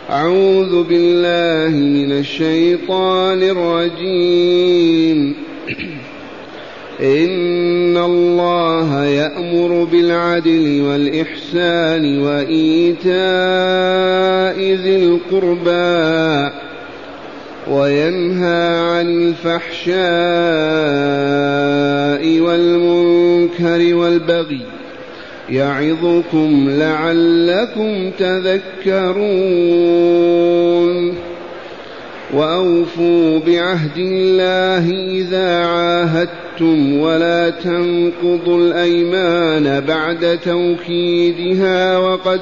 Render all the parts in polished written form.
أعوذ بالله من الشيطان الرجيم. إن الله يأمر بالعدل والإحسان وإيتاء ذي القربى وينهى عن الفحشاء والمنكر والبغي يعظكم لعلكم تذكرون. وأوفوا بعهد الله إذا عاهدتم ولا تنقضوا الأيمان بعد توكيدها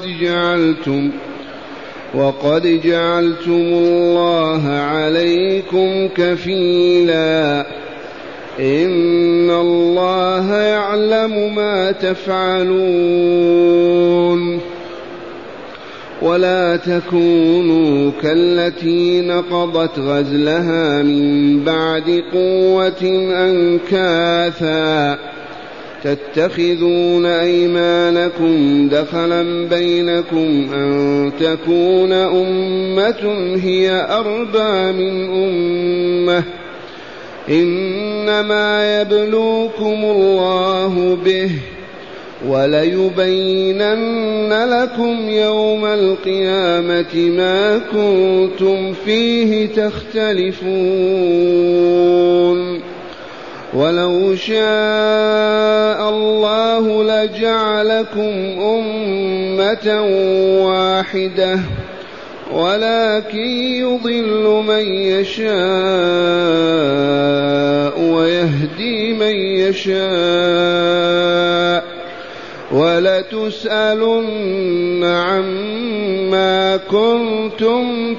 وقد جعلتم الله عليكم كفيلا. إن الله يعلم ما تفعلون. ولا تكونوا كالتي نقضت غزلها من بعد قوة أنكاثا تتخذون أيمانكم دخلا بينكم أن تكون أمة هي أربى من أمة إنما يبلوكم الله به وليبينن لكم يوم القيامة ما كنتم فيه تختلفون. ولو شاء الله لجعلكم أمة واحدة ولكن يضل من يشاء ويهدي من يشاء ولتسألن عما كنتم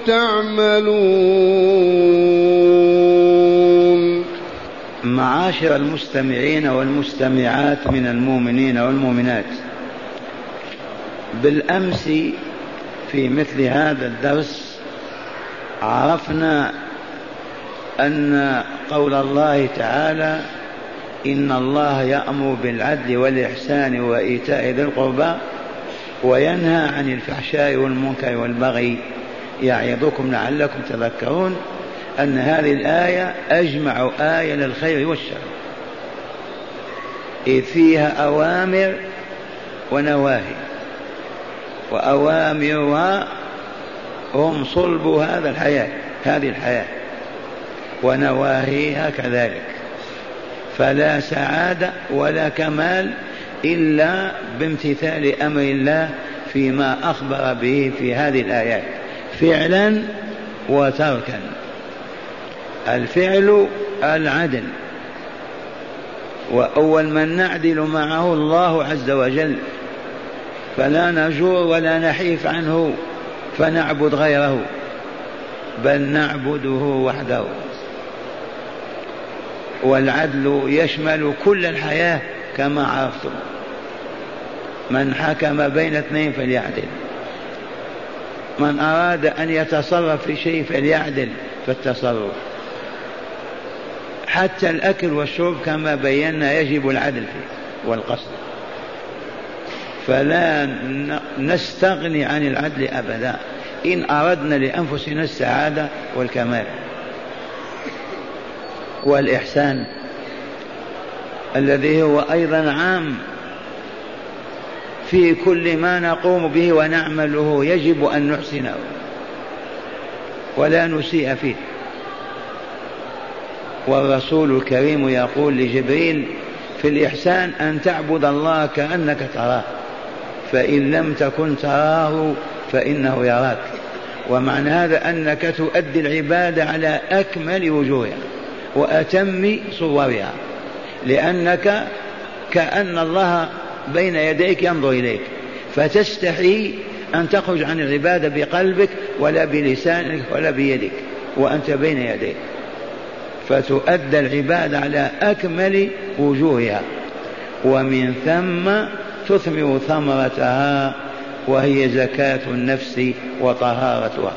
تعملون. معاشر المستمعين والمستمعات من المؤمنين والمؤمنات، بالأمس في مثل هذا الدرس عرفنا أن قول الله تعالى إن الله يأمر بالعدل والإحسان وإيتاء ذي القربى وينهى عن الفحشاء والمنكر والبغي يعظكم لعلكم تذكرون، أن هذه الآية أجمع آية للخير والشر، إذ فيها أوامر ونواهي، وأوامرها هم صلب هذه الحياة ونواهيها كذلك. فلا سعادة ولا كمال إلا بامتثال أمر الله فيما أخبر به في هذه الآيات فعلا وتركا. الفعل العدل، وأول من نعدل معه الله عز وجل، فلا نجور ولا نحيف عنه فنعبد غيره، بل نعبده وحده. والعدل يشمل كل الحياة كما عرفتم. من حكم بين اثنين فليعدل، من أراد أن يتصرف في شيء فليعدل في التصرف. حتى الأكل والشرب كما بينا يجب العدل فيه والقصد، فلا نستغني عن العدل أبدا إن أردنا لأنفسنا السعادة والكمال. والإحسان الذي هو أيضا عام في كل ما نقوم به ونعمله يجب أن نحسنه ولا نسيء فيه. والرسول الكريم يقول لجبريل في الإحسان أن تعبد الله كأنك تراه فإن لم تكن تراه فإنه يراك. ومعنى هذا أنك تؤدي العبادة على أكمل وجوهها وأتم صورها، لأنك كأن الله بين يديك ينظر إليك، فتستحي أن تخرج عن العبادة بقلبك ولا بلسانك ولا بيدك وأنت بين يديك، فتؤدى العبادة على أكمل وجوهها، ومن ثم تثمر ثمرتها وهي زكاة النفس وطهارتها.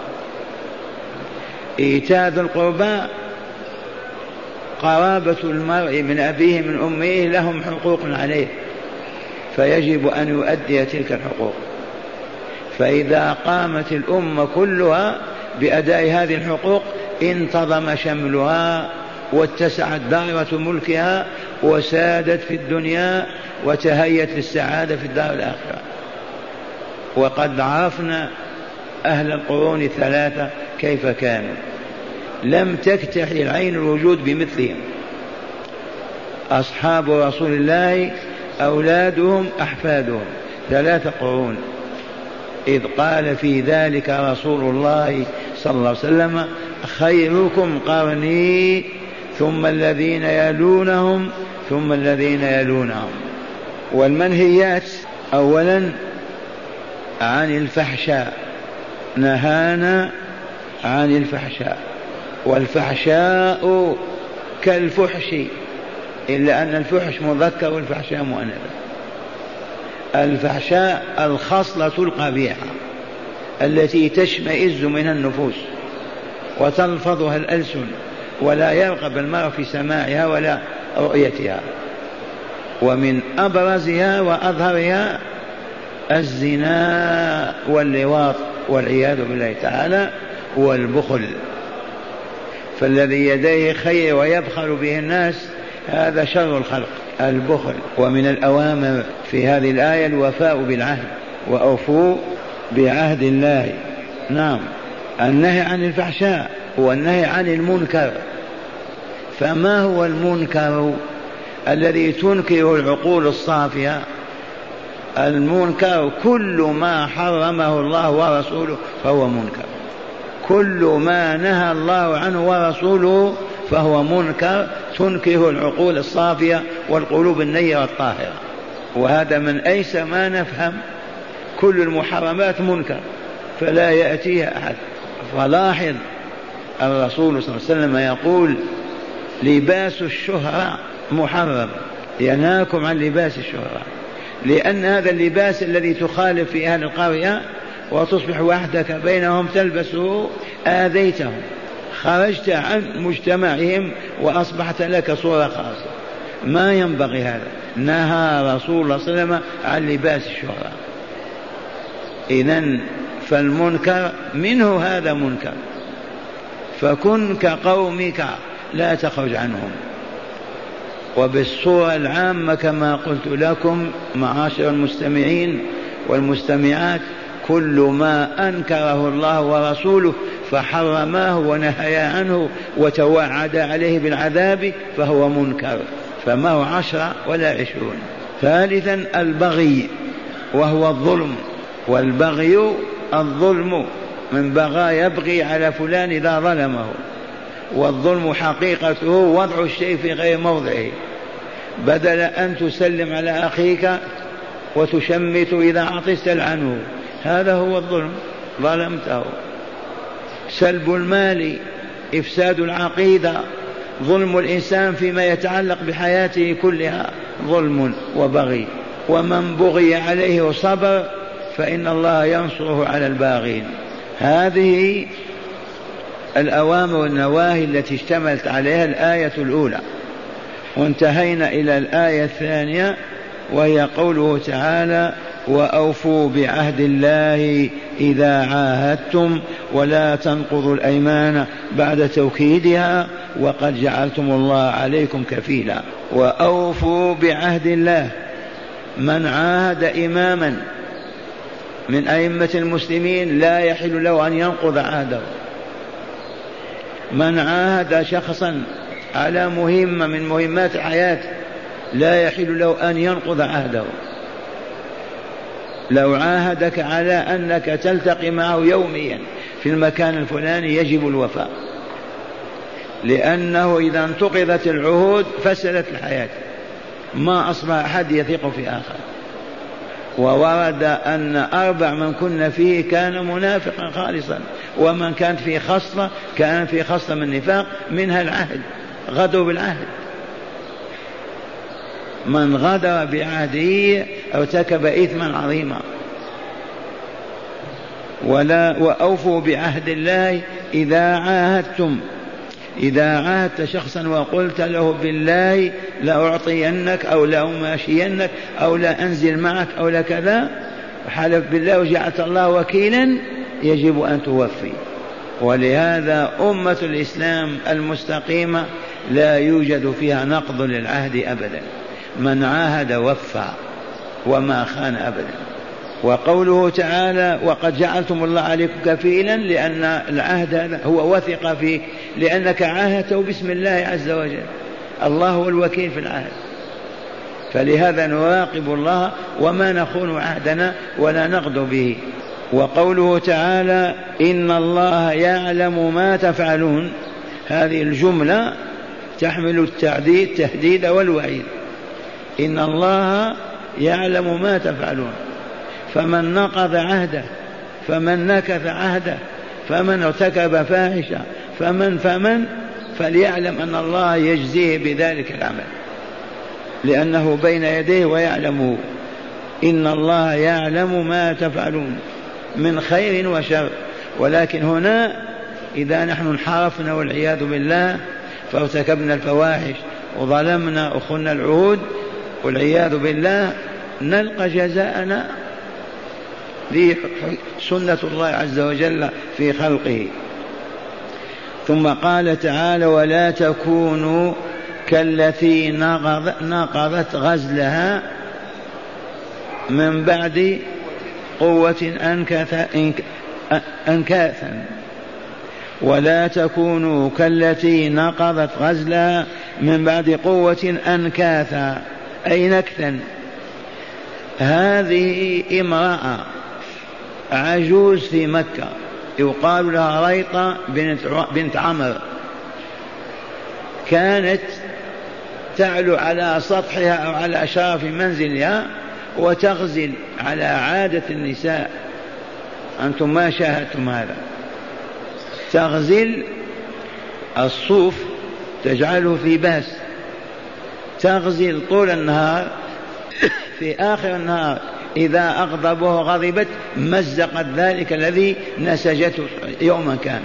إيتاء ذي القربى قرابة المرء من أبيه من أمه لهم حقوق عليه، فيجب أن يؤدي تلك الحقوق. فإذا قامت الأمة كلها بأداء هذه الحقوق انتظم شملها واتسعت دائرة ملكها وسادت في الدنيا وتهيت للسعادة في الدار الآخرة. وقد عرفنا أهل القرون الثلاثة كيف كانوا، لم تكتحل العين الوجود بمثلهم. أصحاب رسول الله أولادهم أحفادهم 3 قرون، إذ قال في ذلك رسول الله صلى الله عليه وسلم: خيركم قرني ثم الذين يلونهم ثم الذين يلونهم. والمنهيات: أولا عن الفحشاء، نهانا عن الفحشاء، والفحشاء كالفحش إلا أن الفحش مذكر والفحشاء مؤنث. الفحشاء الخصلة القبيحة التي تشمئز منها النفوس وتلفظها الألسن ولا يرغب المرء في سماعها ولا رؤيتها. ومن أبرزها وأظهرها الزنا واللواط والعياذ بالله تعالى والبخل. فالذي يديه خير ويبخل به الناس هذا شر الخلق، البخل. ومن الأوامر في هذه الآية الوفاء بالعهد، وأوفوا بعهد الله. نعم، النهي عن الفحشاء والنهي عن المنكر. فما هو المنكر الذي تنكره العقول الصافية؟ المنكر كل ما حرمه الله ورسوله فهو منكر، كل ما نهى الله عنه ورسوله فهو منكر تنكره العقول الصافية والقلوب النيرة الطاهرة. وهذا من أيس ما نفهم، كل المحرمات منكر فلا يأتيها أحد. فلاحظ الرسول صلى الله عليه وسلم يقول: لباس الشهرة محرم، ينهاكم عن لباس الشهرة، لأن هذا اللباس الذي تخالف في أهل القرية وتصبح وحدك بينهم تلبسه آذيتهم، خرجت عن مجتمعهم وأصبحت لك صورة خاصة. ما ينبغي هذا، نهى رسول الله صلى الله عليه وسلم عن لباس الشهرة. إذن فالمنكر منه هذا منكر، فكن كقومك لا تخرج عنهم. وبالصورة العامة كما قلت لكم معاشر المستمعين والمستمعات، كل ما أنكره الله ورسوله فحرماه ونهى عنه وتوعد عليه بالعذاب فهو منكر، فما هو 10 ولا 20. ثالثا البغي، وهو الظلم. والبغي الظلم، من بغى يبغي على فلان إذا ظلمه. والظلم حقيقته وضع الشيء في غير موضعه، بدل أن تسلم على أخيك وتشمت إذا عطست عنه، هذا هو الظلم، ظلمته. سلب المال، إفساد العقيدة، ظلم الإنسان فيما يتعلق بحياته كلها ظلم وبغي. ومن بغي عليه وصبر فإن الله ينصره على الباغين. هذه الأوامر والنواهي التي اشتملت عليها الآية الأولى. وانتهينا إلى الآية الثانية وهي قوله تعالى: وأوفوا بعهد الله إذا عاهدتم ولا تنقضوا الأيمان بعد توكيدها وقد جعلتم الله عليكم كفيلا. وأوفوا بعهد الله. من عاهد إماما من أئمة المسلمين لا يحل له أن ينقض عهده. من عاهد شخصا على مهمة من مهمات الحياة لا يحل له أن ينقض عهده. لو عاهدك على أنك تلتقي معه يوميا في المكان الفلاني يجب الوفاء، لأنه إذا انتقضت العهود فسدت الحياة، ما أصبح أحد يثق في آخر. وورد أن 4 من كن فيه كان منافقا خالصا، ومن كانت فيه خصلة كان فيه خصلة من النفاق، منها العهد، غدر بالعهد. من غدر بعهده ارتكب إثما عظيما. وأوفوا بعهد الله إذا عاهدتم. إذا عاهدت شخصا وقلت له بالله لا أعطينك أو لا أماشينك أو لا أنزل معك أو لا كذا، حلف بالله وجعلت الله وكيلا يجب أن توفي. ولهذا أمة الإسلام المستقيمة لا يوجد فيها نقض للعهد أبدا، من عاهد وفى وما خان أبدا. وقوله تعالى وقد جعلتم الله عليكم كفيلا، لأن العهد هو وثق فيك لأنك عاهدته باسم الله عز وجل، الله هو الوكيل في العهد، فلهذا نراقب الله وما نخون عهدنا ولا نغدر به. وقوله تعالى إن الله يعلم ما تفعلون، هذه الجملة تحمل التهديد والوعيد. إن الله يعلم ما تفعلون، فمن نقض عهده، فمن نكث عهده، فمن ارتكب فاحشة، فمن فليعلم أن الله يجزيه بذلك العمل لأنه بين يديه ويعلمه. إن الله يعلم ما تفعلون من خير وشر. ولكن هنا إذا نحن انحرفنا والعياذ بالله فارتكبنا الفواحش وظلمنا أخونا العهود والعياذ بالله، نلقى جزاءنا. ذي سنة الله عز وجل في خلقه. ثم قال تعالى ولا تكونوا كالتي نقضت غزلها من بعد قوة أنكاثا. ولا تكونوا كالتي نقضت غزلها من بعد قوة أنكاثا أي نكثا. هذه امرأة عجوز في مكة يقال لها ريطة بنت عمرو، كانت تعلو على سطحها أو على شرف منزلها وتغزل على عادة النساء. أنتم ما شاهدتم هذا. تغزل الصوف تجعله في باس، تغزل طول النهار، في آخر النهار إذا أغضبه غضبت مزقت ذلك الذي نسجته يوما كامل.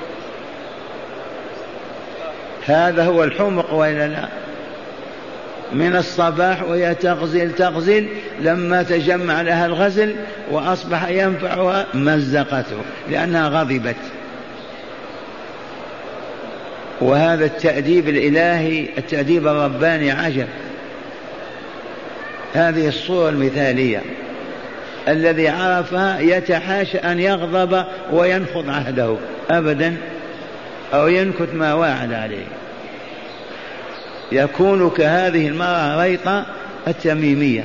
هذا هو الحمق وإلا لا؟ من الصباح وهي تغزل لما تجمع لها الغزل وأصبح ينفعها مزقته لأنها غضبت. وهذا التأديب الإلهي، التأديب الرباني عجب. هذه الصورة المثالية، الذي عرفها يتحاشى أن يغضب وينخض عهده أبدا أو ينكت ما واعد عليه. يكون كهذه المرأة ريطة التميمية.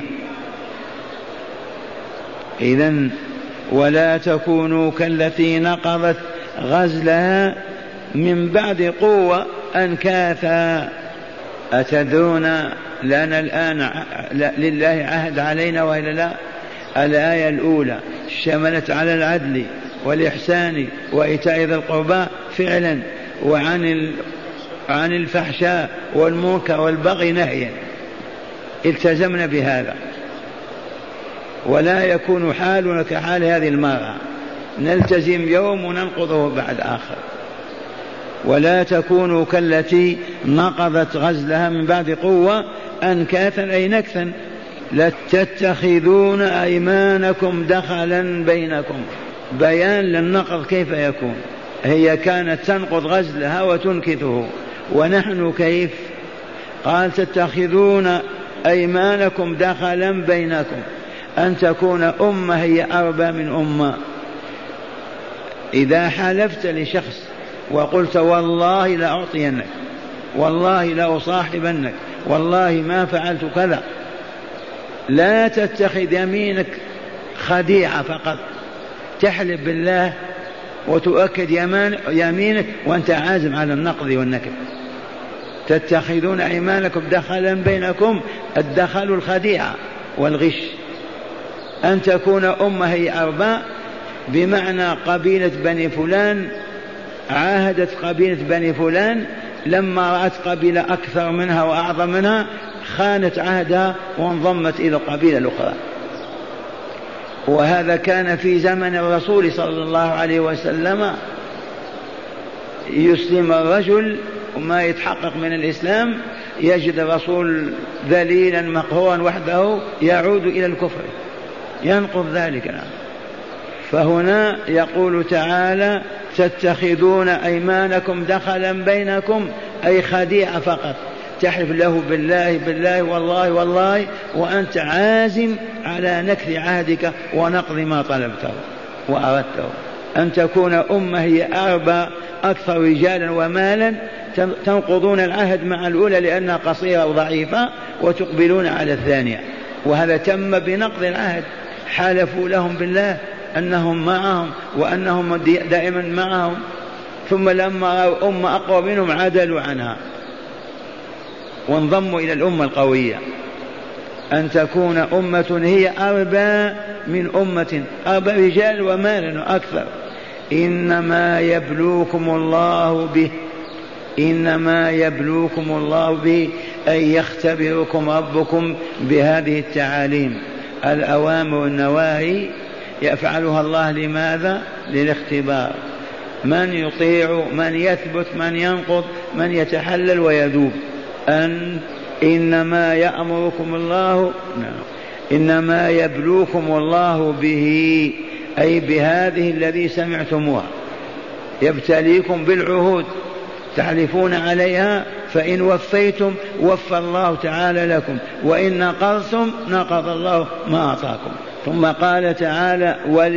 إذن ولا تكونوا كالتي نقضت غزلها من بعد قوة أنكاثا. أتدرون لنا الآن لله عهد علينا وإلا لا؟ الآية الأولى شملت على العدل والإحسان وإيتاء ذي القربى فعلا، وعن الفحشاء والمنكر والبغي نهيا، التزمنا بهذا. ولا يكون حالنا كحال هذه المرأة، نلتزم يوم وننقضه بعد آخر. ولا تكونوا كالتي نقضت غزلها من بعد قوة أنكاثا أي نكثا. لا تتخذون أيمانكم دخلا بينكم. بيان للنقض كيف يكون. هي كانت تنقض غزلها وتنكثه، ونحن كيف؟ قال تتخذون أيمانكم دخلا بينكم، أن تكون أمة هي أربى من أمة. إذا حلفت لشخص وقلت والله لا أعطينك، والله لا أصاحبنك، والله ما فعلت كذا، لا تتخذ يمينك خديعة فقط، تحلف بالله وتؤكد يمينك وأنت عازم على النقض والنكد. تتخذون أيمانكم دخلا بينكم، الدخل الخديعة والغش. أن تكون أمة هي أرباء، بمعنى قبيلة بني فلان عاهدت قبيلة بني فلان، لما رأت قبيلة أكثر منها وأعظم منها خانت عهدها وانضمت إلى القبيلة الأخرى. وهذا كان في زمن الرسول صلى الله عليه وسلم. يسلم الرجل وما يتحقق من الإسلام، يجد الرسول ذليلا مقهورا وحده، يعود إلى الكفر ينقض ذلك. فهنا يقول تعالى تتخذون أيمانكم دخلا بينكم، أي خديعة فقط، تحلف له بالله والله وأنت عازم على نكث عهدك ونقض ما طلبته وأردته. أن تكون أمة هي أربى أكثر رجالا ومالا، تنقضون العهد مع الأولى لأنها قصيرة وضعيفة وتقبلون على الثانية، وهذا تم بنقض العهد. حالفوا لهم بالله أنهم معهم وأنهم دائما معهم، ثم لما رأوا أمة أقوى منهم عدلوا عنها وانضموا إلى الأمة القوية. أن تكون أمة هي أربى من أمة، أربى رجال ومالا وأكثر. إنما يبلوكم الله به أي يختبركم ربكم بهذه التعاليم، الأوامر والنواهي يفعلها الله. لماذا؟ للاختبار، من يطيع، من يثبت، من ينقض، من يتحلل ويذوب. إنما يبلوكم الله به، أي بهذه الذي سمعتموها، يبتليكم بالعهود تحلفون عليها، فإن وفيتم وفى الله تعالى لكم، وإن نقضتم نقض الله ما أعطاكم. ثم قال تعالى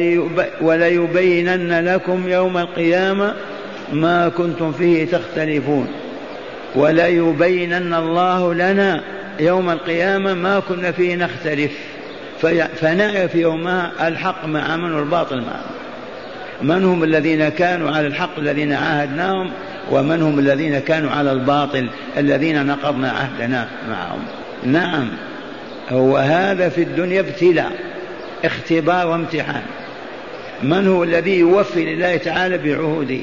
وليبينن لكم يوم القيامة ما كنتم فيه تختلفون. وليبينن الله لنا يوم القيامة ما كنا فيه نختلف، فنعرف يومها الحق مع من والباطل مع من هم الذين كانوا على الحق الذين عاهدناهم، ومن هم الذين كانوا على الباطل الذين نقضنا عهدنا معهم. نعم، هو هذا في الدنيا ابتلاء، اختبار وامتحان. من هو الذي يوفي لله تعالى بعهوده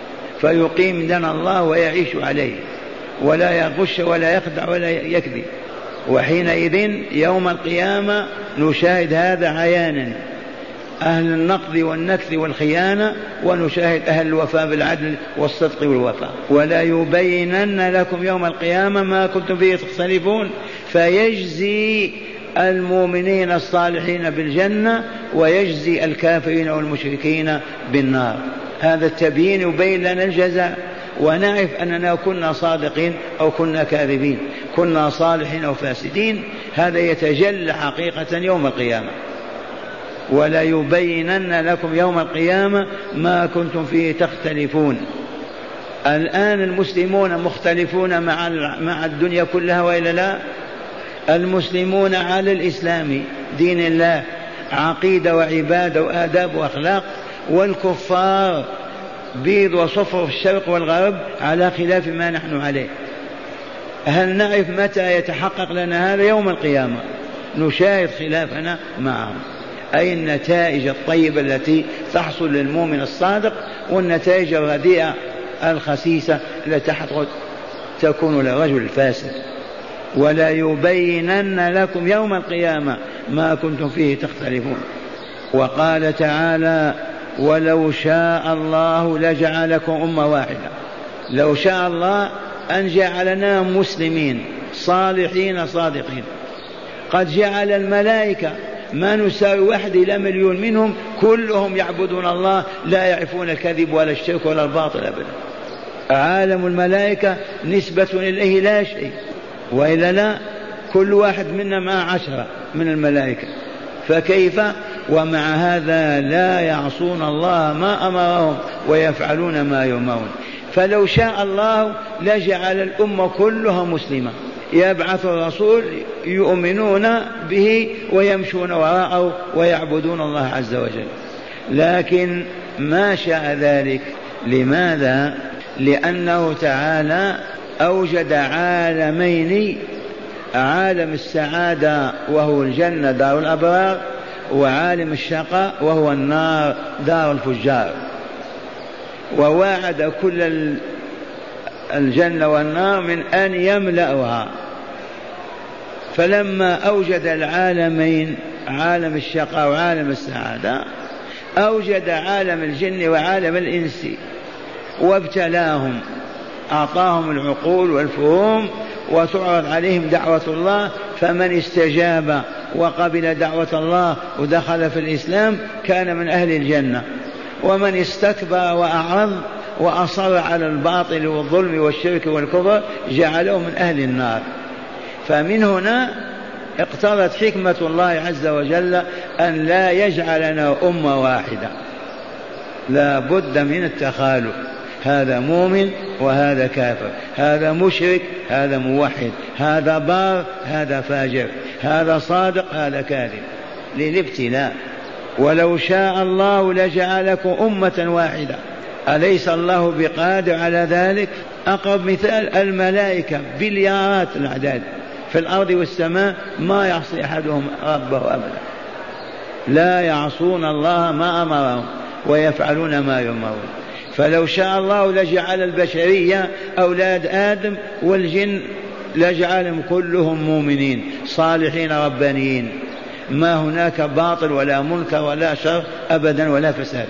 فيقيم دين الله ويعيش عليه، ولا يغش ولا يخدع ولا يكذب. وحينئذ يوم القيامة نشاهد هذا عيانا، أهل النقض والنكث والخيانة، ونشاهد أهل الوفاء بالعدل والصدق والوفاء. ولا يبينن لكم يوم القيامة ما كنتم فيه تختلفون، فيجزي المؤمنين الصالحين بالجنة ويجزي الكافرين والمشركين بالنار. هذا التبيين يبين لنا الجزاء، ونعرف أننا كنا صادقين أو كنا كاذبين، كنا صالحين أو فاسدين. هذا يتجلى حقيقة يوم القيامة. ولا يبينن لكم يوم القيامة ما كنتم فيه تختلفون. الآن المسلمون مختلفون مع الدنيا كلها وإلا لا؟ المسلمون على الإسلام دين الله، عقيدة وعبادة وآداب وأخلاق، والكفار بيض وصفر في الشرق والغرب على خلاف ما نحن عليه. هل نعرف متى يتحقق لنا هذا؟ يوم القيامة نشاهد خلافنا معهم، أي النتائج الطيبة التي تحصل للمؤمن الصادق، والنتائج الرديئة الخسيسة التي تكون للرجل الفاسد. ولا يبينن لكم يوم القيامة ما كنتم فيه تختلفون. وقال تعالى ولو شاء الله لجعلكم أمة واحدة. لو شاء الله أن جعلنا مسلمين صالحين صادقين. قد جعل الملائكة ما نساوي 1 إلى 1,000,000 منهم كلهم يعبدون الله، لا يعرفون الكذب ولا الشرك ولا الباطل أبدا. عالم الملائكة نسبة إليه لا شيء، وإلا لا؟ كل واحد منا مع 10 من الملائكة، فكيف؟ ومع هذا لا يعصون الله ما أمرهم ويفعلون ما يؤمرون. فلو شاء الله لجعل الأمة كلها مسلمة، يبعث الرسول يؤمنون به ويمشون وراءه ويعبدون الله عز وجل، لكن ما شاء ذلك. لماذا؟ لأنه تعالى أوجد عالمين، عالم السعادة وهو الجنة دار الأبرار، وعالم الشقاء وهو النار دار الفجار، ووعد كل الجنة والنار من أن يملأها. فلما أوجد العالمين، عالم الشقاء وعالم السعادة، أوجد عالم الجن وعالم الإنس وابتلاهم، أعطاهم العقول والفهوم وتعرض عليهم دعوة الله، فمن استجاب وقبل دعوة الله ودخل في الإسلام كان من أهل الجنة، ومن استكبر وأعرض وأصر على الباطل والظلم والشرك والكفر جعله من أهل النار. فمن هنا اقتضت حكمة الله عز وجل أن لا يجعلنا أمة واحدة، لا بد من التخالف، هذا مؤمن وهذا كافر، هذا مشرك هذا موحد، هذا بار هذا فاجر، هذا صادق هذا كاذب، للابتلاء. ولو شاء الله لجعلكم أمة واحدة، أليس الله بقادر على ذلك؟ أقرب مثال الملائكة بليارات الأعداد في الأرض والسماء، ما يعصي أحدهم ربه أبدا، لا يعصون الله ما أمرهم ويفعلون ما يؤمرون. فلو شاء الله لجعل البشرية أولاد آدم والجن لجعلهم كلهم مؤمنين صالحين ربانيين، ما هناك باطل ولا منكر ولا شر أبدا ولا فساد.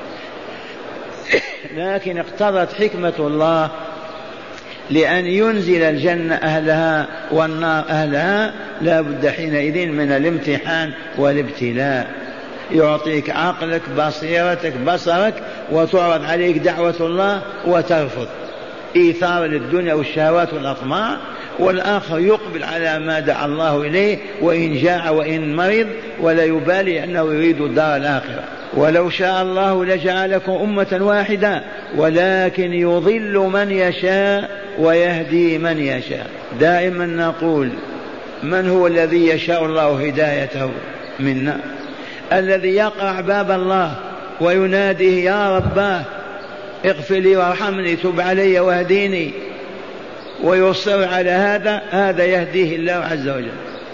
لكن اقتضت حكمة الله لأن ينزل الجنة أهلها والنار أهلها، لا بد حينئذ من الامتحان والابتلاء، يعطيك عقلك بصيرتك بصرك وتعرض عليك دعوة الله وترفض إيثار للدنيا والشهوات والأطماع، والآخر يقبل على ما دعا الله إليه وإن جاع وإن مرض ولا يبالي أنه يريد الدار الآخرة. ولو شاء الله لجعلكم أمة واحدة ولكن يضل من يشاء ويهدي من يشاء. دائما نقول من هو الذي يشاء الله هدايته منا؟ الذي يقرع باب الله ويناديه يا رباه اغفر لي وارحمني تب علي واهديني، ويصر على هذا يهديه الله عز وجل.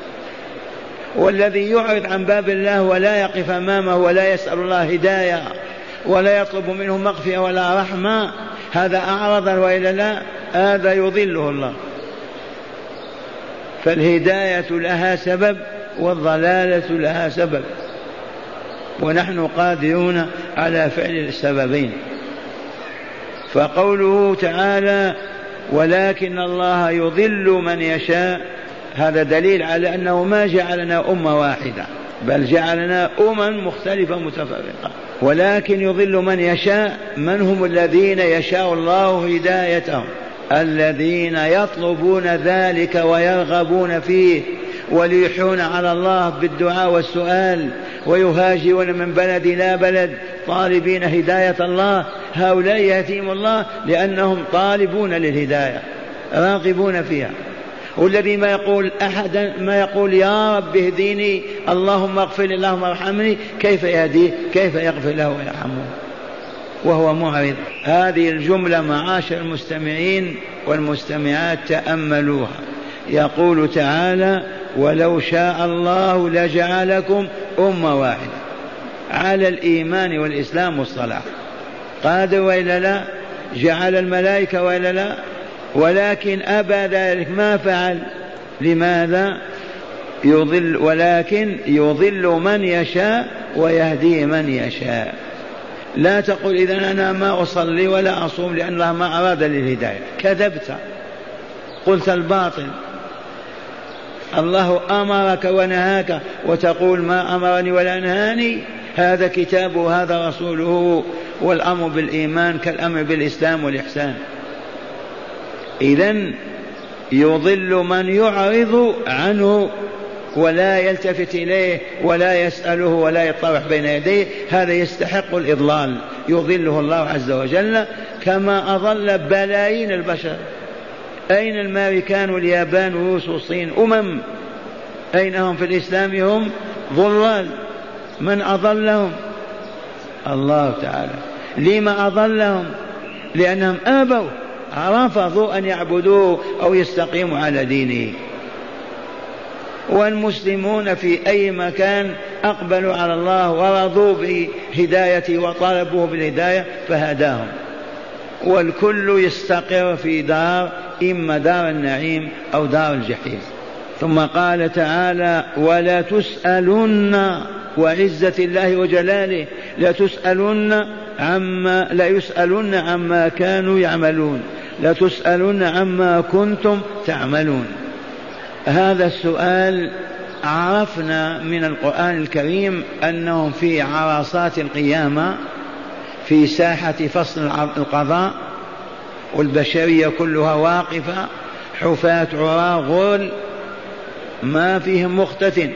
والذي يعرض عن باب الله ولا يقف أمامه ولا يسأل الله هداية ولا يطلب منه مغفرة ولا رحمة، هذا أعرض وإلا لا، هذا يضله الله. فالهداية لها سبب والضلالة لها سبب، ونحن قادرون على فعل السببين. فقوله تعالى ولكن الله يضل من يشاء، هذا دليل على أنه ما جعلنا أمة واحدة بل جعلنا مختلفة متفرقة. ولكن يضل من يشاء، من هم الذين يشاء الله هدايتهم؟ الذين يطلبون ذلك ويرغبون فيه ويلحون على الله بالدعاء والسؤال ويهاجرون من بلد إلى بلد طالبين هداية الله، هؤلاء يهديهم الله لأنهم طالبون للهداية راغبون فيها. والذي ما يقول أحدا ما يقول يا رب اهديني اللهم اغفر لي اللهم ارحمني، كيف يهديه؟ كيف يغفر له ويرحمه وهو معرض؟ هذه الجملة معاشر المستمعين والمستمعات تأملوها. يقول تعالى ولو شاء الله لجعلكم أمة واحدة على الإيمان والإسلام والصلاة، قادر وإلا لا؟ جعل الملائكة وإلا لا؟ ولكن أبى ذلك، ما فعل؟ لماذا؟ يضل، ولكن يضل من يشاء ويهدي من يشاء. لا تقل إذن أنا ما أصلي ولا أصوم لأن الله ما أراد للهداية، كذبت، قلت الباطل. الله أمرك ونهاك وتقول ما أمرني ولا نهاني، هذا كتابه وهذا رسوله، والأمر بالإيمان كالأمر بالإسلام والإحسان. إذن يضل من يعرض عنه ولا يلتفت إليه ولا يسأله ولا يطرح بين يديه، هذا يستحق الإضلال، يضله الله عز وجل كما أضل بلايين البشر. أين الأمريكان واليابان وروس والصين أين هم في الإسلام؟ هم ضلال. من أضلهم؟ الله تعالى. لما أضلهم؟ لأنهم آبوا رفضوا أن يعبدوه أو يستقيموا على دينه. والمسلمون في أي مكان أقبلوا على الله ورضوا بهدايته وطالبوه بالهداية فهداهم، والكل يستقر في دار، إما دار النعيم أو دار الجحيم. ثم قال تعالى ولا تسألن، وعزة الله وجلاله لا يسألن عما كانوا يعملون، لا تسألن عما كنتم تعملون. هذا السؤال عرفنا من القرآن الكريم أنهم في عرصات القيامة في ساحة فصل القضاء، والبشرية كلها واقفة حفاة عراة غرل ما فيهم مختتن.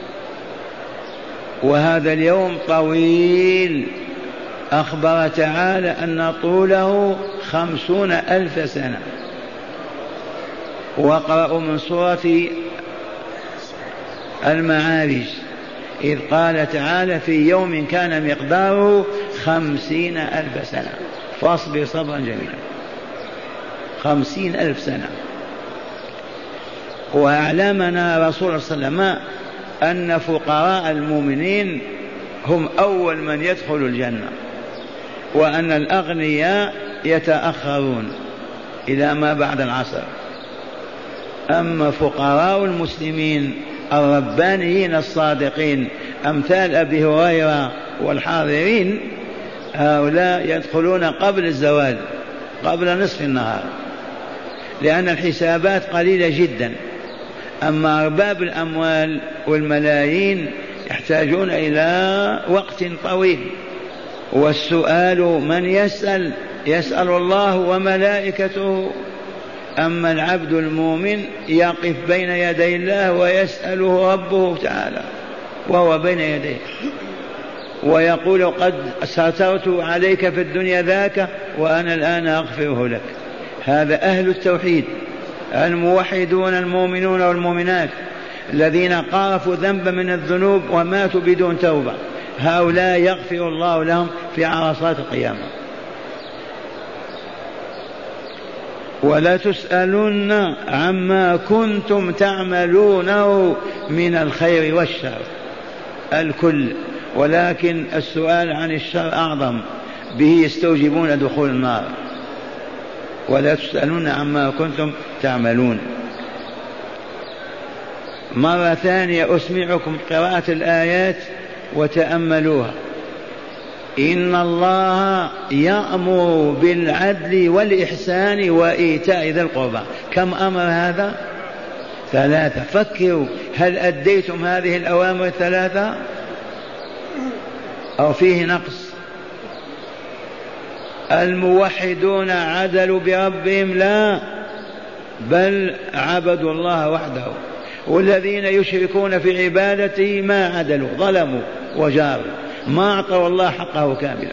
وهذا اليوم طويل، أخبر تعالى أن طوله 50,000 سنة. واقرأوا من سورة المعارج إذ قال تعالى في يوم كان مقداره 50,000 سنة، فاصبر صبرا جميلا. 50,000 سنة. وأعلمنا رسول الله صلى الله عليه وسلم أن فقراء المؤمنين هم أول من يدخل الجنة، وأن الأغنياء يتأخرون إلى ما بعد العصر. أما فقراء المسلمين الربانيين الصادقين أمثال أبي هريرة والحاضرين، هؤلاء يدخلون قبل الزوال، قبل نصف النهار، لأن الحسابات قليلة جدا. أما أرباب الأموال والملايين يحتاجون إلى وقت طويل. والسؤال من يسأل الله وملائكته. أما العبد المؤمن يقف بين يدي الله ويسأله ربه تعالى وهو بين يديه، ويقول قد سترت عليك في الدنيا ذاك وأنا الآن أغفره لك. هذا أهل التوحيد الموحدون المؤمنون والمؤمنات الذين قارفوا ذنبا من الذنوب وماتوا بدون توبة، هؤلاء يغفر الله لهم في عرصات القيامة. ولا تسألن عما كنتم تعملونه من الخير والشر الكل، ولكن السؤال عن الشر أعظم، به يستوجبون دخول النار. ولا تسألون عما كنتم تعملون. مرة ثانية أسمعكم قراءة الآيات وتأملوها. إن الله يأمر بالعدل والإحسان وإيتاء ذي القربى. كم أمر هذا؟ 3. فكروا، هل أديتم هذه الأوامر 3 أو فيه نقص؟ الموحدون عدلوا بربهم؟ لا، بل عبدوا الله وحده. والذين يشركون في عبادته ما عدلوا، ظلموا وجاروا، ما أعطوا الله حقه كاملا.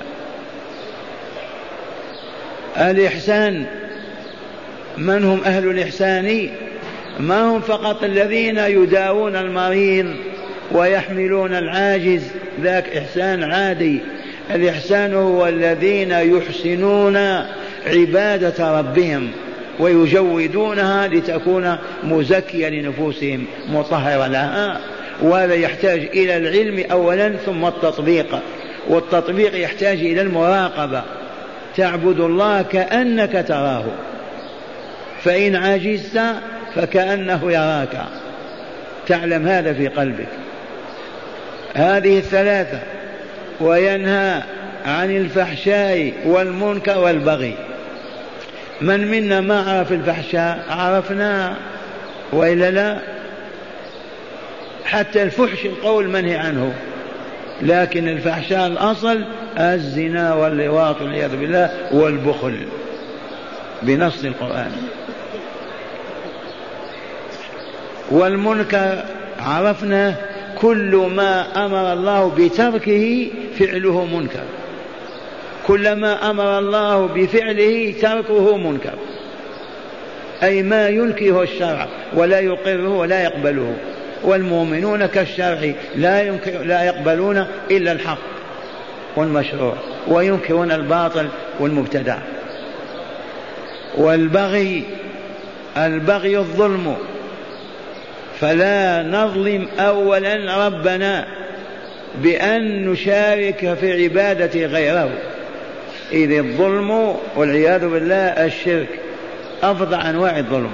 الإحسان، من هم أهل الإحسان؟ ما هم فقط الذين يداوون المريض ويحملون العاجز، ذاك إحسان عادي. الإحسان هو الذين يحسنون عبادة ربهم ويجودونها لتكون مزكية لنفوسهم مطهرة لها. وهذا يحتاج إلى العلم أولا ثم التطبيق، والتطبيق يحتاج إلى المراقبة. تعبد الله كأنك تراه، فإن عجزت فكأنه يراك، تعلم هذا في قلبك. هذه 3. وينهى عن الفحشاء والمنكر والبغي. من منا ما عرف الفحشاء؟ عرفنا وإلا لا؟ حتى الفحش القول منهي عنه، لكن الفحشاء الأصل الزنا واللواط والعياذ بالله والبخل بنص القرآن. والمنكر عرفنا كل ما أمر الله بتركه فعله منكر، كلما أمر الله بفعله تركه منكر، أي ما ينكره الشرع ولا يقره ولا يقبله. والمؤمنون كالشرع لا يقبلون إلا الحق والمشروع وينكرون الباطل والمبتدع. والبغي، البغي الظلم، فلا نظلم أولا ربنا بأن نشارك في عبادة غيره، إذ الظلم والعياذ بالله الشرك أفظع أنواع الظلم.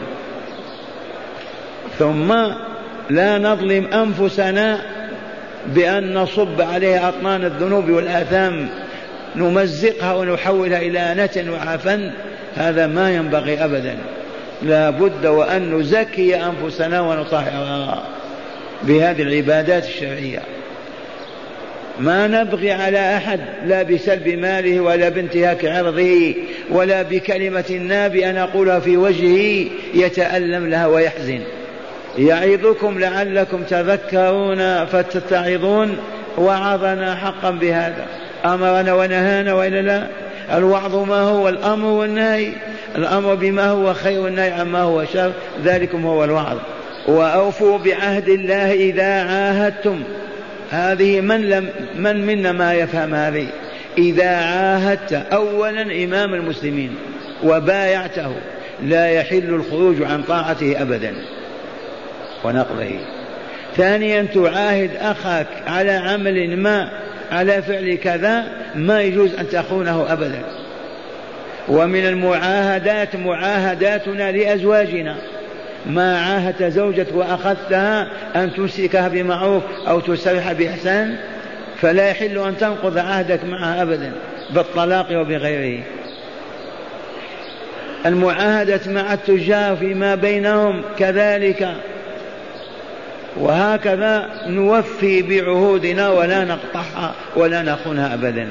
ثم لا نظلم أنفسنا بأن نصب عليها أطنان الذنوب والآثام، نمزقها ونحولها إلى نتن وعفن، هذا ما ينبغي أبدا. لا بد وأن نزكي أنفسنا ونطهرها. بهذه العبادات الشرعية. ما نبغي على أحد لا بسلب ماله ولا بانتهاك عرضه ولا بكلمة نابئة نقولها في وجهه يتألم لها ويحزن. يعظكم لعلكم تذكرون فتتعظون، وعظنا حقا بهذا، أمرنا ونهانا وإلا لا. الوعظ ما هو؟ الأمر والنهي، الأمر بما هو خير والنهي عما هو شر، ذلكم هو الوعظ. وأوفوا بعهد الله إذا عاهدتم. هذه من منا ما يفهم هذه؟ إذا عاهدت أولا إمام المسلمين وبايعته لا يحل الخروج عن طاعته أبدا ونقضه. ثانيا تعاهد أخاك على عمل ما، على فعل كذا، ما يجوز أن تخونه أبدا. ومن المعاهدات معاهداتنا لأزواجنا، ما عاهدت زوجتك وأخذتها أن تمسكها بمعروف أو تسرح بإحسان فلا يحل أن تنقض عهدك معها أبدا بالطلاق وبغيره. المعاهدة مع التجار فيما بينهم كذلك، وهكذا نوفي بعهودنا ولا نقطعها ولا نخونها أبدا.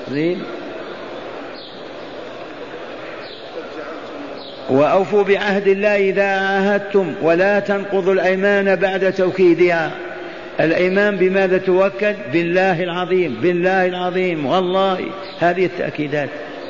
وأوفوا بعهد الله إذا عاهدتم ولا تنقضوا الأيمان بعد توكيدها. الأيمان بماذا توكد؟ بالله العظيم، بالله العظيم، والله. هذه التأكيدات.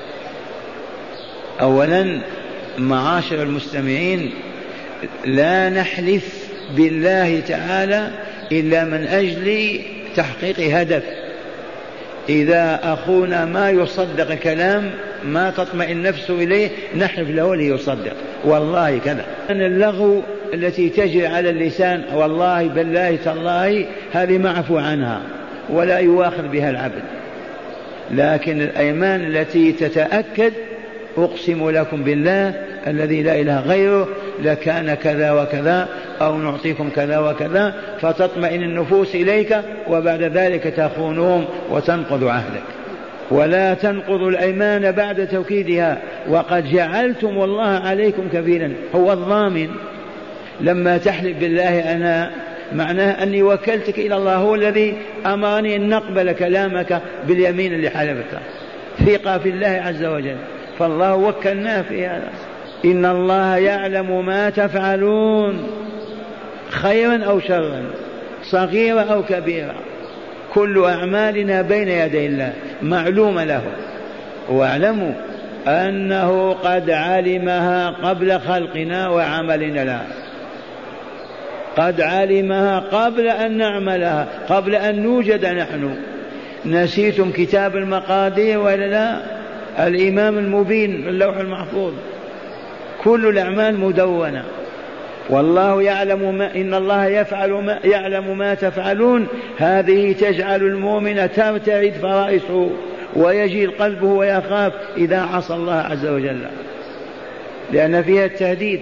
أولا معاشر المستمعين، لا نحلف بالله تعالى إلا من أجل تحقيق هدف. إذا أخونا ما يصدق كلام ما تطمئن نفسه إليه نحلف له ليصدق، والله كذا. أن اللغو التي تجري على اللسان والله بالله تالله هذه معفو عنها ولا يواخذ بها العبد، لكن الأيمان التي تتأكد أقسم لكم بالله الذي لا إله غيره لكان كذا وكذا أو نعطيكم كذا وكذا، فتطمئن النفوس إليك وبعد ذلك تخونهم وتنقض عهدك. ولا تنقضوا الأيمان بعد توكيدها وقد جعلتم الله عليكم كفيلا، هو الضامن. لما تحلف بالله أنا معناه أني وكلتك إلى الله، هو الذي أمرني أن نقبل كلامك باليمين اللي حلفتها، ثقة في الله عز وجل، فالله وكلناه في هذا. إن الله يعلم ما تفعلون خيرا أو شرا، صغيرة أو كبيرة، كل أعمالنا بين يدي الله معلومة له. واعلموا أنه قد علمها قبل خلقنا وعملنا لها، قد علمها قبل أن نعملها، قبل أن نوجد نحن. نسيتم كتاب المقادير ولا لا؟ الإمام المبين اللوح المحفوظ، كل الأعمال مدونة. والله يعلم ما، إن الله يعلم ما تفعلون. هذه تجعل المؤمن ترتعد فرائصه ويجيل قلبه ويخاف إذا عصى الله عز وجل، لأن فيها التهديد.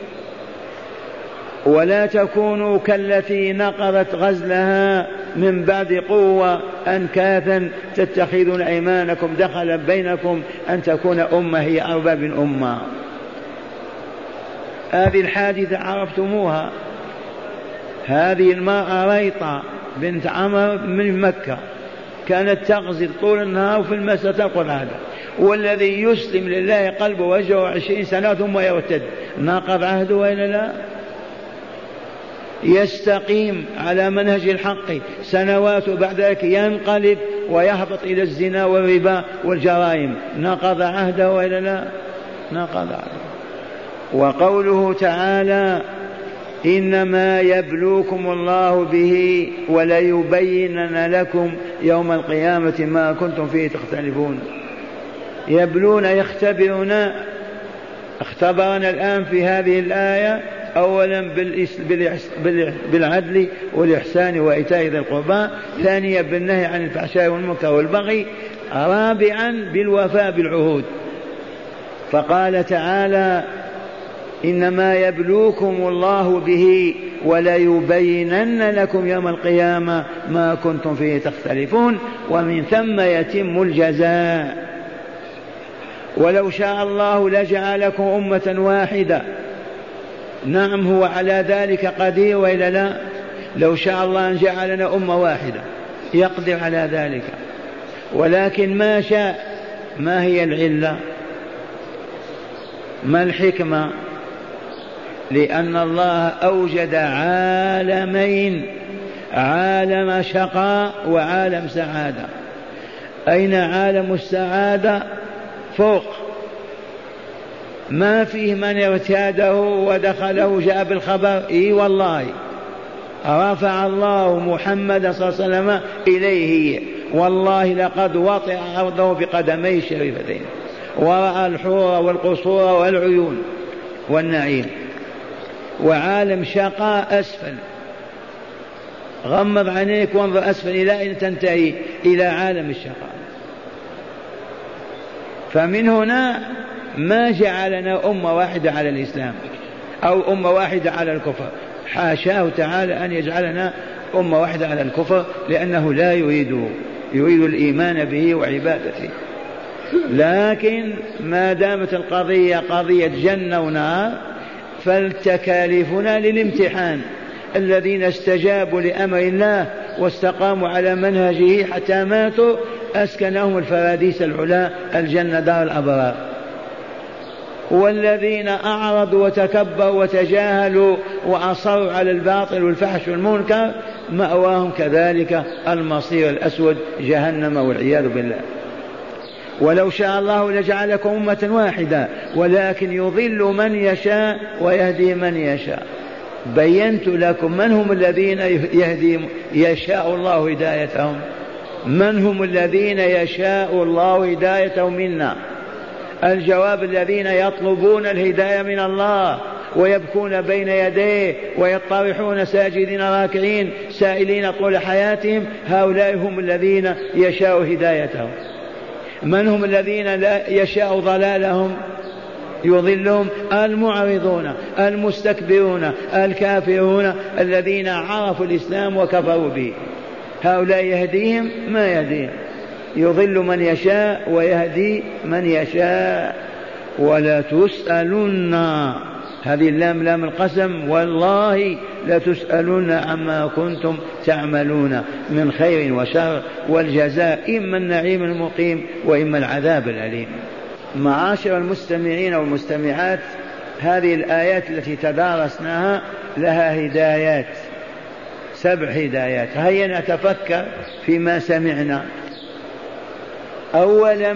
ولا تكونوا كالتي نقضت غزلها من بعد قوة أنكاثا تتخذون أيمانكم دخلا بينكم أن تكون أمة هي أرباب أمة. هذه الحادثة عرفتموها. هذه المرأة ريطة بنت عمر من مكة كانت تغزل طول النهار وفي المساء تقول هذا، والذي يسلم لله قلبه وجهه 20 سنة ثم يرتد ناقض عهده وإلا لا؟ يستقيم على منهج الحق سنوات وبعد ذلك ينقلب ويهبط إلى الزنا والربا والجرائم، نقض عهده وإلا لا؟ نقض عهده. وقوله تعالى إنما يبلوكم الله به وليبينن لكم يوم القيامة ما كنتم فيه تختلفون. يبلون يختبرون، اختبرنا الآن في هذه الآية أولا بالعدل والإحسان وإيتاء ذي القربى، ثانيا بالنهي عن الفحشاء والمنكر والبغي، رابعا بالوفاء بالعهود. فقال تعالى إنما يبلوكم الله به وليبينن لكم يوم القيامة ما كنتم فيه تختلفون، ومن ثم يتم الجزاء. ولو شاء الله لجعلكم أمة واحدة، نعم هو على ذلك قدير وإلا لا؟ لو شاء الله أن جعلنا أمة واحدة يقدر على ذلك، ولكن ما شاء. ما هي العلة؟ ما الحكمة؟ لأن الله أوجد عالمين، عالم شقاء وعالم سعادة. أين عالم السعادة؟ فوق، ما فيه من ارتاده ودخله جاء بالخبر. إي والله رفع الله محمد صلى الله عليه وسلم إليه، والله لقد وطئ أرضه بقدميه الشريفتين ورأى الحور والقصور والعيون والنعيم. وعالم شقاء أسفل، غمض عينيك وانظر أسفل إلى أن تنتهي إلى عالم الشقاء. فمن هنا ما جعلنا أمة واحدة على الإسلام أو أمة واحدة على الكفر، حاشاه تعالى أن يجعلنا أمة واحدة على الكفر، لأنه لا يريد الإيمان به وعبادته. لكن ما دامت القضية قضية جنة ونار فالتكاليفنا للامتحان. الذين استجابوا لأمر الله واستقاموا على منهجه حتى ماتوا أسكنهم الفراديس العلا، الجنة دار الأبرار. والذين أعرضوا وتكبروا وتجاهلوا وأصروا على الباطل والفحش والمنكر مأواهم كذلك المصير الأسود جهنم والعياذ بالله. ولو شاء الله لجعلكم أمة واحدة، ولكن يضل من يشاء ويهدي من يشاء. بينت لكم من هم الذين يشاء الله هدايتهم، من هم الذين يشاء الله هدايتهم منا. الجواب الذين يطلبون الهداية من الله ويبكون بين يديه ويطرحون ساجدين راكعين سائلين طول حياتهم، هؤلاء هم الذين يشاء هدايتهم. من هم الذين لا يشاء ضلالهم يضلهم؟ المعرضون المستكبرون الكافرون الذين عرفوا الإسلام وكفروا به. هؤلاء يهديهم ما يهديهم، يضل من يشاء ويهدي من يشاء. ولا تسألن، هذه اللام لام القسم، والله لتسألن عما كنتم تعملون من خير وشر، والجزاء إما النعيم المقيم وإما العذاب الأليم. معاشر المستمعين والمستمعات، هذه الآيات التي تدارسناها لها هدايات، 7 هدايات. هيا نتفكر فيما سمعنا. أولا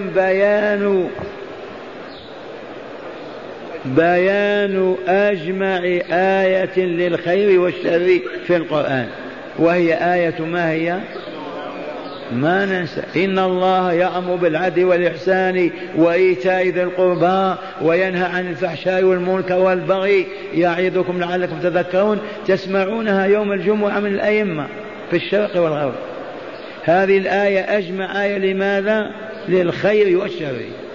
بيان أجمع آية للخير والشر في القرآن، وهي آية ما هي؟ ما ننسى: إن الله يأمر بالعدل والإحسان وإيتاء ذي القربى وينهى عن الفحشاء والمنكر والبغي يعظكم لعلكم تذكرون. تسمعونها يوم الجمعة من الأئمة في الشرق والغرب. هذه الآية أجمع آية لماذا؟ للخير والشر.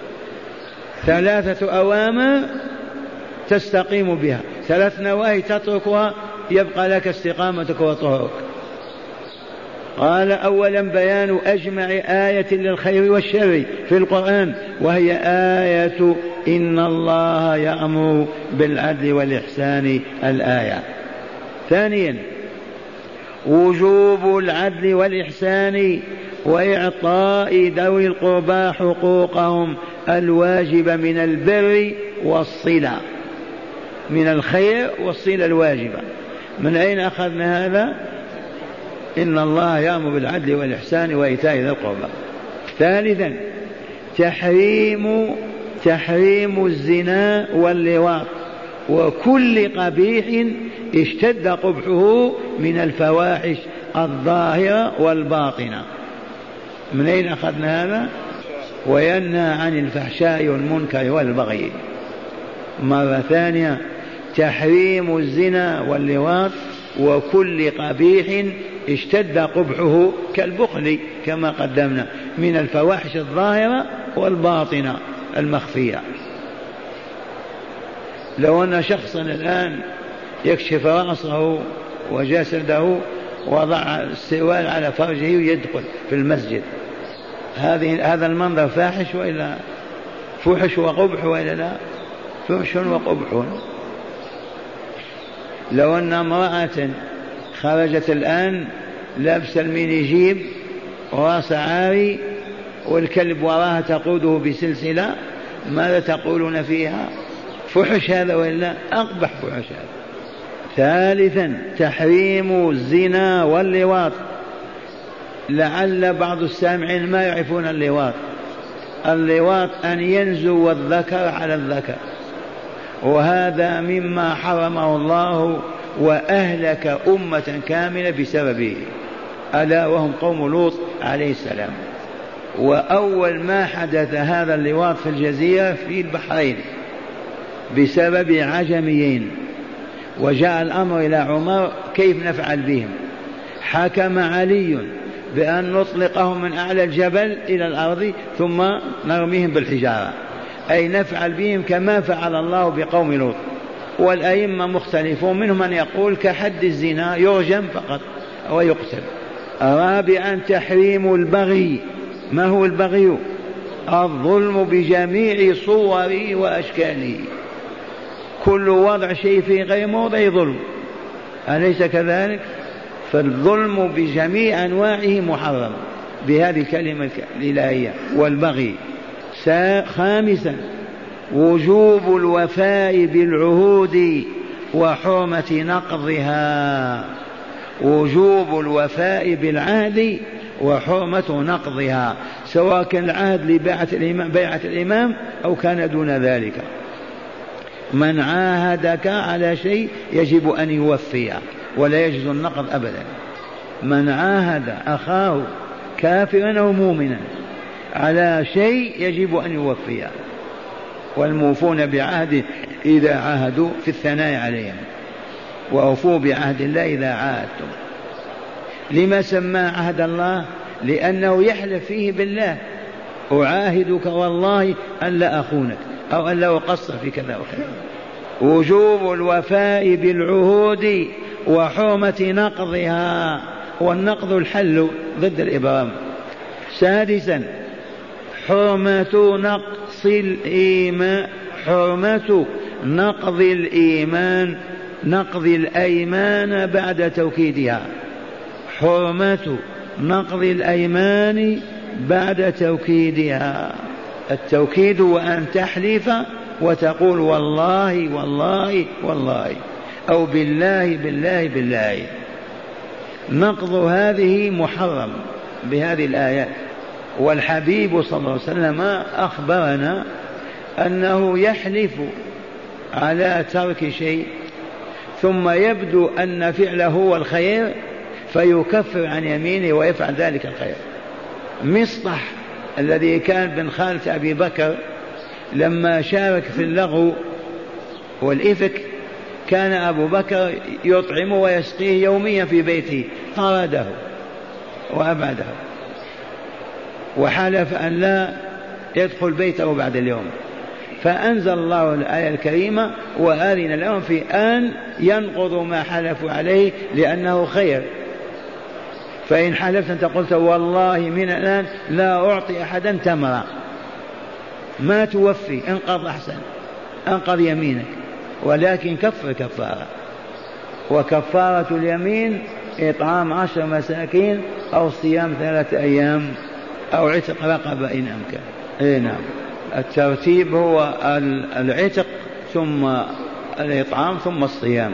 3 أوامر تستقيم بها، 3 نواهي تتركها يبقى لك استقامتك وطهرك. قال: أولا بيان أجمع آية للخير والشر في القرآن، وهي آية إن الله يأمر بالعدل والإحسان، الآية. ثانيا وجوب العدل والإحسان وإعطاء ذوي القربى حقوقهم الواجبة من البر والصلة، من الخير والصلة الواجبة. من أين أخذنا هذا؟ إن الله يأمر بالعدل والإحسان وإيتاء ذي القربى. ثالثا تحريم الزنا واللواط وكل قبيح اشتد قبحه من الفواحش الظاهرة والباطنة. من أين أخذنا هذا؟ وينهى عن الفحشاء والمنكر والبغي. مرة ثانية: تحريم الزنا واللواط وكل قبيح اشتد قبحه كالبخل كما قدمنا من الفواحش الظاهرة والباطنة المخفية. لو أن شخصا الآن يكشف رأسه وجسده وضع السروال على فرجه ويدخل في المسجد، هذا المنظر فاحش وإلا فحش وقبح وإلا لا؟ فحش وقبح. لو أن امرأة خرجت الآن لابس الميني جيب وراس عاري والكلب وراها تقوده بسلسلة، ماذا تقولون فيها؟ فحش هذا ولا أقبح فحش هذا. ثالثا تحريم الزنا واللواط. لعل بعض السامعين ما يعرفون اللواط. اللواط أن ينزو الذكر على الذكر، وهذا مما حرمه الله وأهلك أمة كاملة بسببه، ألا وهم قوم لوط عليه السلام. وأول ما حدث هذا اللواط في الجزيرة في البحرين بسبب عجميين، وجاء الأمر إلى عمر كيف نفعل بهم. حكم علي بأن نطلقهم من أعلى الجبل إلى الأرض ثم نرميهم بالحجارة، أي نفعل بهم كما فعل الله بقوم لوط. والأئمة مختلفون، منهم من يقول كحد الزنا يرجم فقط ويقتل. رابعا تحريم البغي. ما هو البغي؟ الظلم بجميع صوره وأشكاله، كل وضع شيء في غير موضع ظلم، أليس كذلك؟ فالظلم بجميع أنواعه محرم بهذه الكلمة الإلهية والبغي. خامسا وجوب الوفاء بالعهود وحرمة نقضها. وجوب الوفاء بالعهد وحرمة نقضها، سواء كان العهد بيعة الإمام أو كان دون ذلك. من عاهدك على شيء يجب أن يوفيه ولا يجوز النقض أبدا. من عاهد أخاه كافرا أو مؤمنا على شيء يجب أن يوفيه، والموفون بعهده إذا عاهدوا في الثناء عليهم، وأوفوا بعهد الله إذا عاهدتم. لما سمى عهد الله؟ لأنه يحلف فيه بالله: أعاهدك والله أن لا أخونك أو أن لا أقصر في كذا وكذا. وجوب الوفاء بالعهود وحرمة نقضها، والنقض الحل ضد الإبرام. سادسا حرمة نقض الإيمان، نقض الأيمان بعد توكيدها. حرمة نقض الأيمان بعد توكيدها. التوكيد وأن تحلف وتقول والله والله والله أو بالله بالله بالله. نقض هذه محرم بهذه الآيات. والحبيب صلى الله عليه وسلم أخبرنا أنه يحلف على ترك شيء ثم يبدو أن فعله هو الخير فيكفر عن يمينه ويفعل ذلك الخير. مصطح الذي كان بن خالة أبي بكر لما شارك في اللغو والإفك كان أبو بكر يطعمه ويسقيه يوميا في بيته، طرده وأبعده وحلف أن لا يدخل بيته بعد اليوم، فأنزل الله الآية الكريمة: وآذن لهم في أن ينقضوا ما حلفوا عليه لأنه خير. فإن حلفت أنت قلت والله من الآن لا أعطي أحدا تمرة، ما توفي، انقض أحسن، انقض يمينك، ولكن كفر كفارة. وكفارة اليمين إطعام 10 مساكين أو صيام 3 أيام أو عتق رقبة إن أمكن. نعم، الترتيب هو العتق ثم الإطعام ثم الصيام.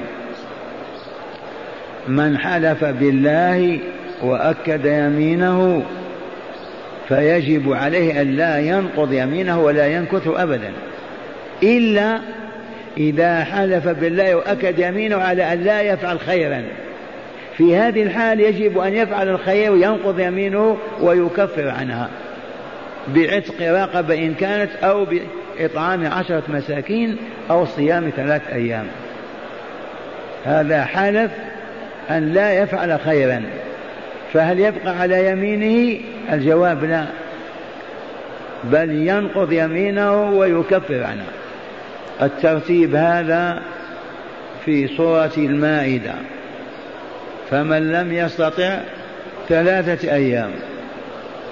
من حلف بالله وأكد يمينه فيجب عليه أن لا ينقض يمينه ولا ينكث أبدا، إلا إذا حلف بالله وأكد يمينه على أن لا يفعل خيرا. في هذه الحال يجب أن يفعل الخير وينقض يمينه ويكفر عنها بعتق رقبة إن كانت أو بإطعام 10 مساكين أو صيام 3 أيام. هذا حلف أن لا يفعل خيرا، فهل يبقى على يمينه؟ الجواب لا، بل ينقض يمينه ويكفر عنها. الترتيب هذا في سورة المائدة: فمن لم يستطع 3 أيام،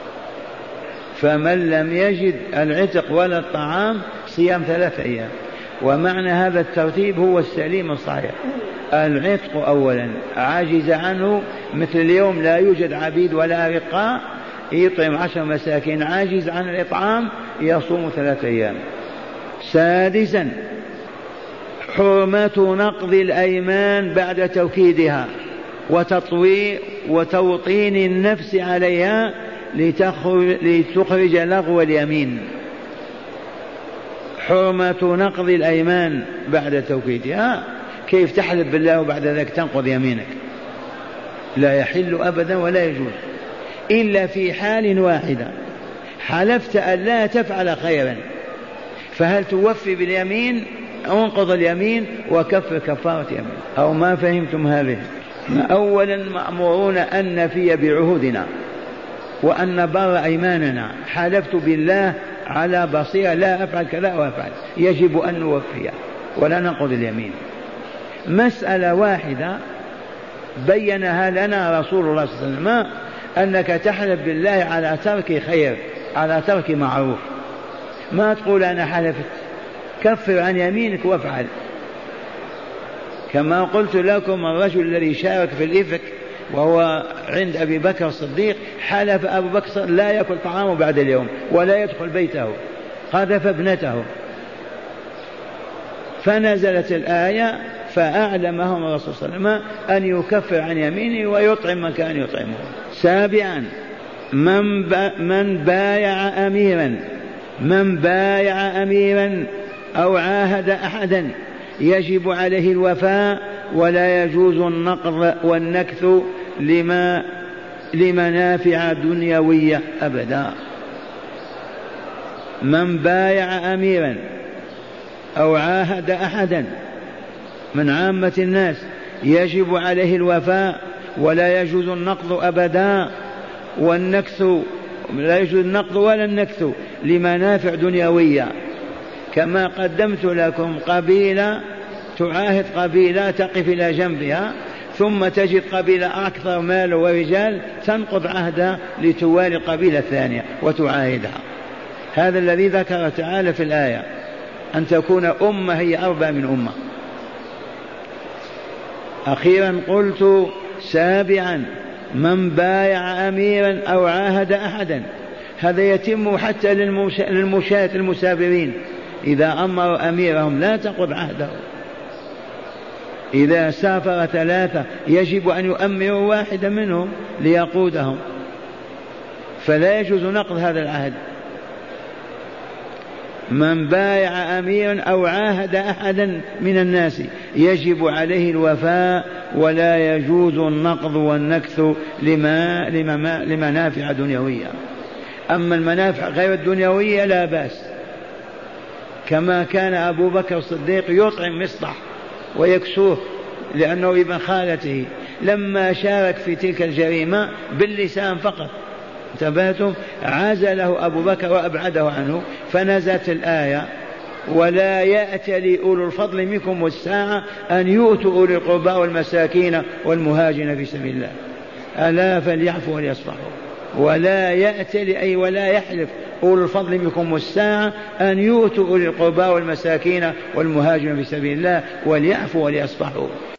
فمن لم يجد العتق ولا الطعام صيام 3 أيام. ومعنى هذا الترتيب هو السليم الصحيح. العتق أولا، عاجز عنه، مثل اليوم لا يوجد عبيد ولا رقاء، يطعم 10 مساكين، عاجز عن الإطعام يصوم 3 أيام. سادسا حرمة نقض الأيمان بعد توكيدها وتوطين النفس عليها لتخرج لغو اليمين. حرمة نقض الأيمان بعد توكيدها، كيف تحلف بالله وبعد ذلك تنقض يمينك؟ لا يحل أبدا ولا يجوز إلا في حال واحدة، حلفت أن لا تفعل خيرا، فهل توفي باليمين أو انقض اليمين وكفر كفارة يمين؟ أو ما فهمتم هذه؟ أولا مأمورون أن نفي بعهودنا وأن نبر أيماننا، حلفت بالله على بصيرة لا أفعل كذا وأفعل، يجب أن نوفي ولا ننقض اليمين. مسألة واحدة بينها لنا رسول الله صلى الله عليه وسلم، أنك تحلف بالله على ترك خير، على ترك معروف، ما تقول أنا حلفت، كفر عن يمينك وافعل. كما قلت لكم الرجل الذي شارك في الإفك وهو عند أبي بكر الصديق، حلف أبو بكر لا يأكل طعامه بعد اليوم ولا يدخل بيته، قذف ابنته، فنزلت الآية فأعلمهم الرسول صلى الله عليه وسلم أن يكفر عن يمينه ويطعم من كان يطعمه. سابعا من بايع أميرا أو عاهد أحدا يجب عليه الوفاء ولا يجوز النقض والنكث لمنافع دنيوية أبدا. من بايع أميرا أو عاهد أحدا من عامة الناس يجب عليه الوفاء ولا يجوز النقض أبدا، والنكث لا يجوز النقض ولا النكث لمنافع دنيوية. كما قدمت لكم قبيلة تعاهد قبيلة تقف إلى جنبها، ثم تجد قبيلة أكثر مال ورجال تنقض عهدها لتوالي القبيلة الثانية وتعاهدها. هذا الذي ذكر تعالى في الآية، أن تكون أمة هي أربى من أمة. أخيرا قلت سابعا من بايع أميرا أو عاهد أحدا، هذا يتم حتى للمشاة المسافرين، إذا أمر أميرهم لا تنقض عهده. إذا سافر 3 يجب أن يؤمروا واحدا منهم ليقودهم، فلا يجوز نقض هذا العهد. من بايع أميرا أو عاهد أحدا من الناس يجب عليه الوفاء ولا يجوز النقض والنكث لمنافع دنيوية. أما المنافع غير الدنيوية لا بأس، كما كان أبو بكر الصديق يطعم مصطح ويكسوه لأنه ابن خالته، لما شارك في تلك الجريمة باللسان فقط، انتبهتم، عزله أبو بكر وأبعده عنه، فنزلت الآية ولا يأتل أولو الفضل منكم والساعة أن يؤتوا أولي القربى والمساكين والمهاجرين في سبيل الله ألا فليعفوا وليصفحوا. ولا يأتل أي ولا يحلف أولو الفضل منكم والساعة أن يؤتوا أولي القربى والمساكين والمهاجرين في سبيل الله وليعفوا وليصفحوا.